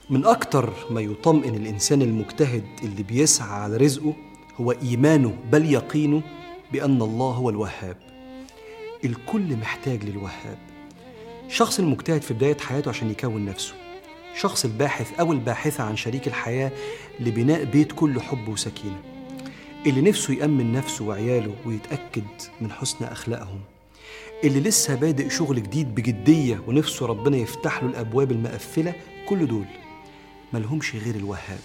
من أكتر ما يطمئن الإنسان المجتهد اللي بيسعى على رزقه هو إيمانه بل يقينه بأن الله هو الوهاب. الكل محتاج للوهاب. شخص المجتهد في بداية حياته عشان يكون نفسه، شخص الباحث أو الباحثة عن شريك الحياة لبناء بيت كله حب وسكينة، اللي نفسه يأمن نفسه وعياله ويتأكد من حسن أخلاقهم، اللي لسه بادئ شغل جديد بجدية ونفسه ربنا يفتح له الأبواب المقفلة. كل دول ملهمش غير الوهاب.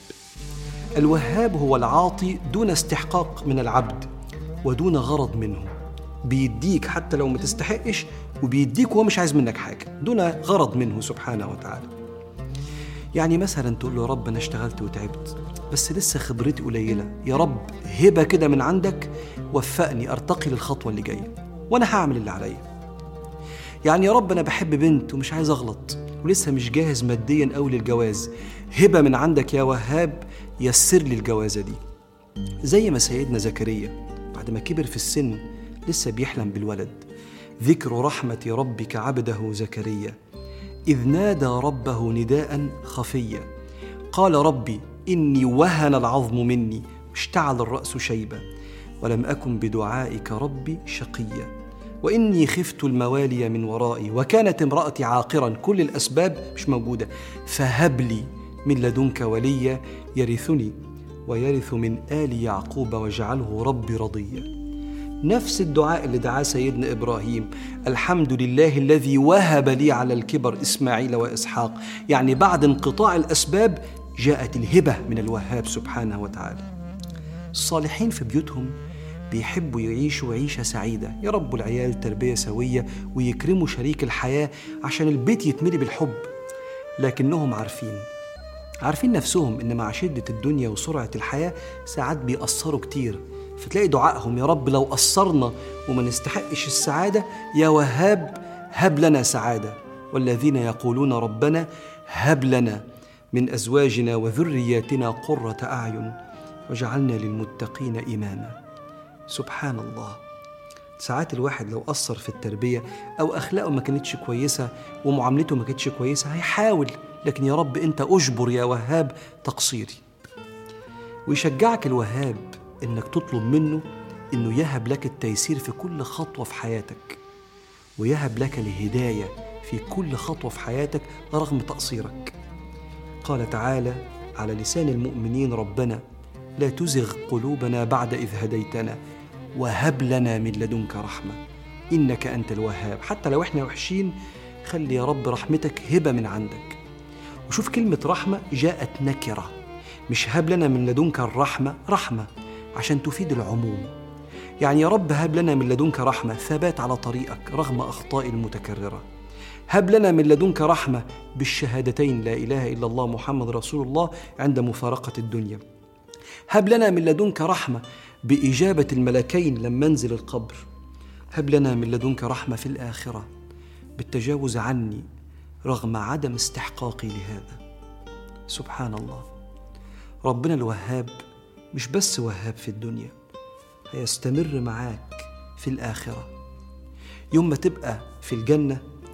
الوهاب هو العاطي دون استحقاق من العبد ودون غرض منه، بيديك حتى لو ما تستحقش، وبيديك وهو مش عايز منك حاجة دون غرض منه سبحانه وتعالى. يعني مثلا تقول له يا رب أنا اشتغلت وتعبت بس لسه خبرتي قليلة، يا رب هبة كده من عندك وفقني أرتقي للخطوة اللي جاية وأنا هعمل اللي عليا. يعني يا رب أنا بحب بنت ومش عايز أغلط ولسه مش جاهز ماديا أو للجواز، هبة من عندك يا وهاب يسر لي الجوازة دي. زي ما سيدنا زكريا بعد ما كبر في السن لسه بيحلم بالولد، ذكر رحمة ربك عبده زكريا إذ نادى ربه نداء خفيا قال ربي إني وهن العظم مني واشتعل الرأس شيبا ولم أكن بدعائك ربي شقيا وإني خفت الموالي من ورائي وكانت امرأتي عاقرا. كل الأسباب مش موجودة، فهب لي من لدنك وليا يرثني ويرث من آل يعقوب واجعله ربي رضيا. نفس الدعاء اللي دعاه سيدنا إبراهيم، الحمد لله الذي وهب لي على الكبر إسماعيل وإسحاق. يعني بعد انقطاع الأسباب جاءت الهبة من الوهاب سبحانه وتعالى. الصالحين في بيوتهم بيحبوا يعيشوا عيشة سعيدة، يربوا العيال تربية سوية ويكرموا شريك الحياة عشان البيت يتملي بالحب، لكنهم عارفين نفسهم إن مع شدة الدنيا وسرعة الحياة ساعات بيأثروا كتير، فتلاقي دعائهم يا رب لو قصرنا وما نستحقش السعادة يا وهاب هب لنا سعادة، والذين يقولون ربنا هب لنا من أزواجنا وذرياتنا قرة أعين وجعلنا للمتقين إماما. سبحان الله، ساعات الواحد لو قصر في التربية أو أخلاقه ما كانتش كويسة ومعاملته ما كانتش كويسة هيحاول، لكن يا رب أنت أجبر يا وهاب تقصيري. ويشجعك الوهاب إنك تطلب منه إنه يهب لك التيسير في كل خطوة في حياتك، ويهب لك الهداية في كل خطوة في حياتك رغم تقصيرك. قال تعالى على لسان المؤمنين ربنا لا تزغ قلوبنا بعد إذ هديتنا وهب لنا من لدنك رحمة إنك أنت الوهاب. حتى لو إحنا وحشين خلي يا رب رحمتك هبة من عندك. وشوف كلمة رحمة جاءت نكرة، مش هب لنا من لدنك الرحمة، رحمة عشان تفيد العموم. يعني يا رب هب لنا من لدنك رحمة ثبات على طريقك رغم أخطاء المتكررة، هب لنا من لدنك رحمة بالشهادتين لا إله إلا الله محمد رسول الله عند مفارقة الدنيا، هب لنا من لدنك رحمة بإجابة الملكين لما انزل القبر، هب لنا من لدنك رحمة في الآخرة بالتجاوز عني رغم عدم استحقاقي لهذا. سبحان الله، ربنا الوهاب مش بس وهاب في الدنيا، هيستمر معاك في الآخرة. يوم ما تبقى في الجنة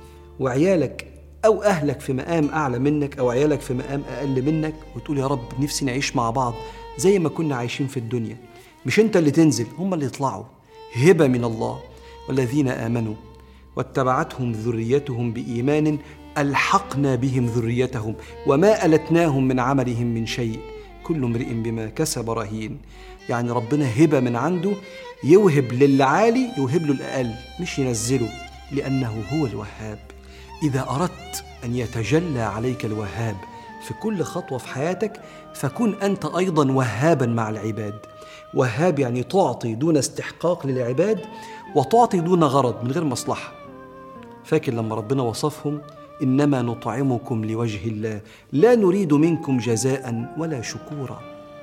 وعيالك أو أهلك في مقام أعلى منك أو عيالك في مقام أقل منك وتقول يا رب نفسي نعيش مع بعض زي ما كنا عايشين في الدنيا، مش أنت اللي تنزل، هم اللي يطلعوا، هبة من الله. والذين آمنوا واتبعتهم ذريتهم بإيمان ألحقنا بهم ذريتهم وما ألتناهم من عملهم من شيء كل امرئ بما كسب رهين. يعني ربنا هبة من عنده يوهب للعالي يوهب له الأقل، مش ينزله، لأنه هو الوهاب. إذا أردت أن يتجلى عليك الوهاب في كل خطوة في حياتك فكن أنت أيضا وهابا مع العباد. وهاب يعني تعطي دون استحقاق للعباد وتعطي دون غرض من غير مصلحة. فاكر لما ربنا وصفهم إنما نطعمكم لوجه الله لا نريد منكم جزاء ولا شكورا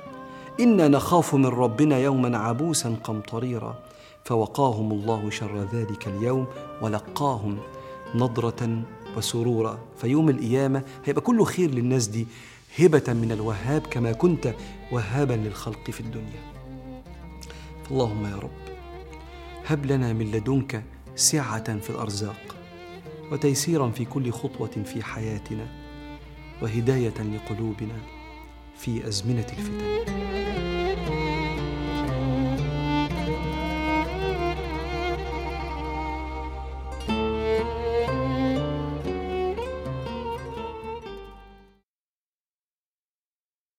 إنا نخاف من ربنا يوما عبوسا قمطريرا فوقاهم الله شر ذلك اليوم ولقاهم نضرة وسرورا. فيوم القيامة هيبقى كله خير للناس دي، هبة من الوهاب كما كنت وهابا للخلق في الدنيا. اللهم يا رب هب لنا من لدنك سعة في الأرزاق وتيسيرا في كل خطوة في حياتنا، وهداية لقلوبنا في أزمنة الفتن.